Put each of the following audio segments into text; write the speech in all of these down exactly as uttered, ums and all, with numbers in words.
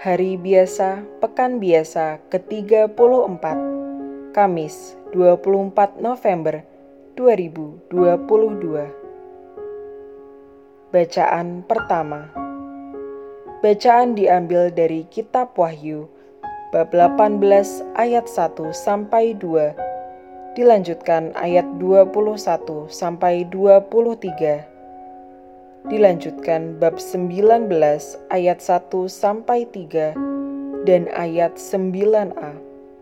Hari biasa, pekan biasa ketiga puluh empat, Kamis dua puluh empat November dua ribu dua puluh dua. Bacaan pertama. Bacaan diambil dari Kitab Wahyu, bab delapan belas ayat satu sampai dua, dilanjutkan ayat dua puluh satu sampai dua puluh tiga. Dilanjutkan bab sembilan belas ayat satu sampai tiga dan ayat sembilan a.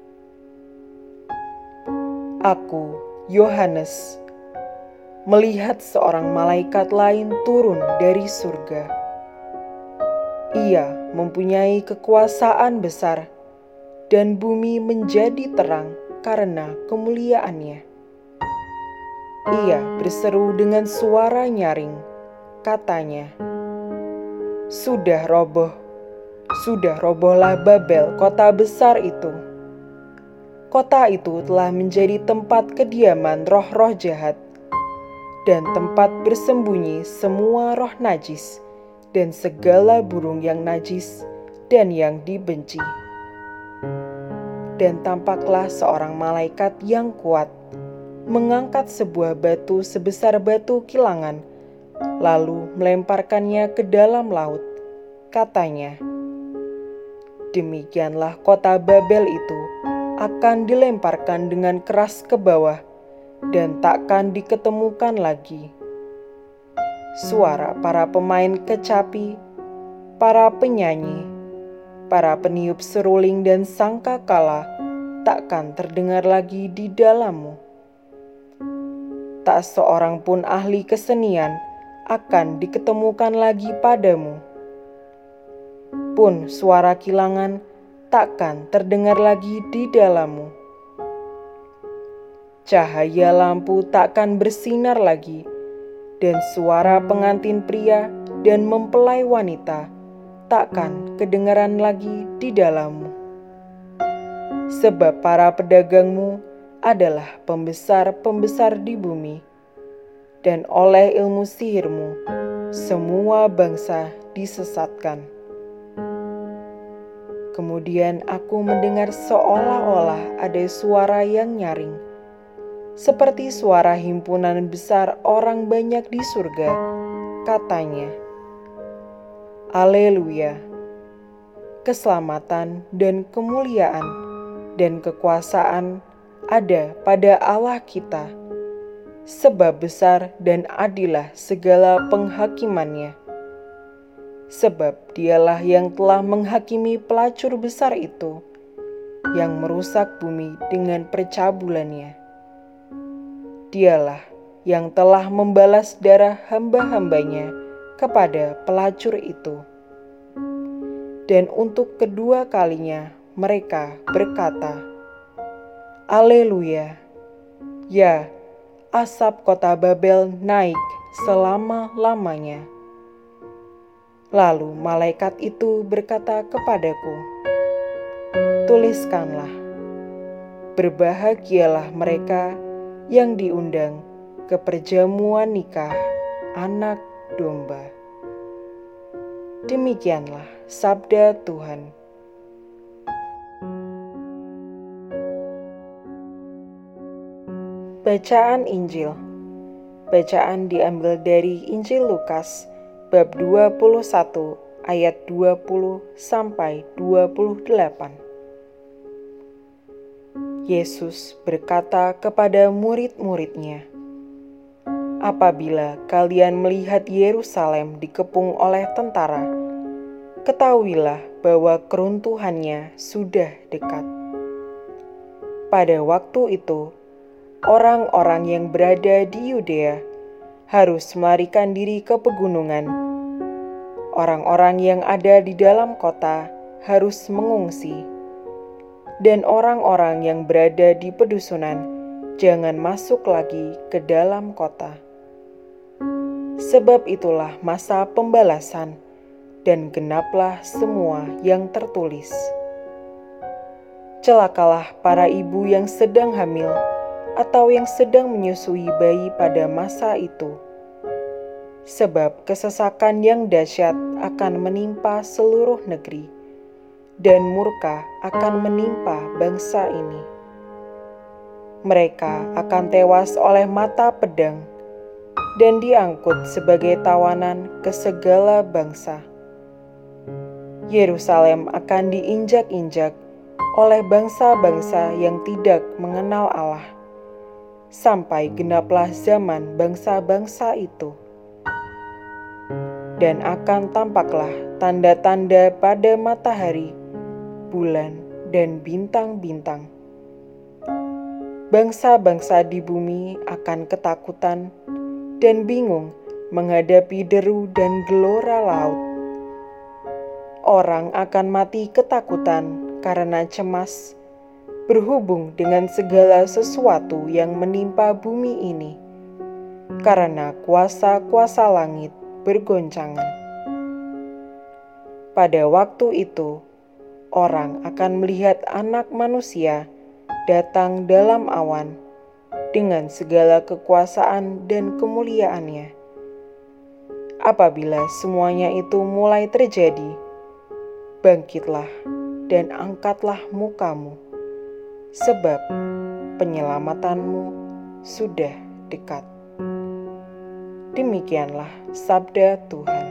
Aku, Yohanes, melihat seorang malaikat lain turun dari surga. Ia mempunyai kekuasaan besar dan bumi menjadi terang karena kemuliaannya. Ia berseru dengan suara nyaring. Katanya, "Sudah roboh, sudah robohlah Babel, kota besar itu. Kota itu telah menjadi tempat kediaman roh-roh jahat dan tempat bersembunyi semua roh najis dan segala burung yang najis dan yang dibenci." Dan tampaklah seorang malaikat yang kuat mengangkat sebuah batu sebesar batu kilangan, lalu melemparkannya ke dalam laut. Katanya, "Demikianlah kota Babel itu akan dilemparkan dengan keras ke bawah dan takkan diketemukan lagi. Suara para pemain kecapi, para penyanyi, para peniup seruling dan sangkakala takkan terdengar lagi di dalammu. Tak seorang pun ahli kesenian akan diketemukan lagi padamu. Pun suara kilangan takkan terdengar lagi di dalammu. Cahaya lampu takkan bersinar lagi, dan suara pengantin pria dan mempelai wanita takkan kedengaran lagi di dalammu. Sebab para pedagangmu adalah pembesar-pembesar di bumi, dan oleh ilmu sihirmu semua bangsa disesatkan." Kemudian aku mendengar seolah-olah ada suara yang nyaring, seperti suara himpunan besar orang banyak di surga. Katanya, "Haleluya! Keselamatan dan kemuliaan dan kekuasaan ada pada Allah kita, sebab besar dan adillah segala penghakimannya. Sebab dialah yang telah menghakimi pelacur besar itu, yang merusak bumi dengan percabulannya. Dialah yang telah membalas darah hamba-hambanya kepada pelacur itu." Dan untuk kedua kalinya mereka berkata, "Haleluya! Ya, asap kota Babel naik selama-lamanya." Lalu malaikat itu berkata kepadaku, "Tuliskanlah, berbahagialah mereka yang diundang ke perjamuan nikah Anak Domba." Demikianlah sabda Tuhan. Bacaan Injil. Bacaan diambil dari Injil Lukas bab dua puluh satu ayat dua puluh sampai dua puluh delapan. Yesus berkata kepada murid-muridnya, "Apabila kalian melihat Yerusalem dikepung oleh tentara, ketahuilah bahwa keruntuhannya sudah dekat. Pada waktu itu, orang-orang yang berada di Yudea harus melarikan diri ke pegunungan. Orang-orang yang ada di dalam kota harus mengungsi, dan orang-orang yang berada di pedusunan jangan masuk lagi ke dalam kota. Sebab itulah masa pembalasan, dan genaplah semua yang tertulis. Celakalah para ibu yang sedang hamil atau yang sedang menyusui bayi pada masa itu, sebab kesesakan yang dahsyat akan menimpa seluruh negeri, dan murka akan menimpa bangsa ini. Mereka akan tewas oleh mata pedang dan diangkut sebagai tawanan ke segala bangsa. Yerusalem akan diinjak-injak oleh bangsa-bangsa yang tidak mengenal Allah, sampai genaplah zaman bangsa-bangsa itu. Dan akan tampaklah tanda-tanda pada matahari, bulan, dan bintang-bintang. Bangsa-bangsa di bumi akan ketakutan dan bingung menghadapi deru dan gelora laut. Orang akan mati ketakutan karena cemas, berhubung dengan segala sesuatu yang menimpa bumi ini, karena kuasa-kuasa langit bergoncangan. Pada waktu itu, orang akan melihat Anak Manusia datang dalam awan dengan segala kekuasaan dan kemuliaannya. Apabila semuanya itu mulai terjadi, bangkitlah dan angkatlah mukamu, sebab penyelamatanmu sudah dekat. Demikianlah sabda Tuhan.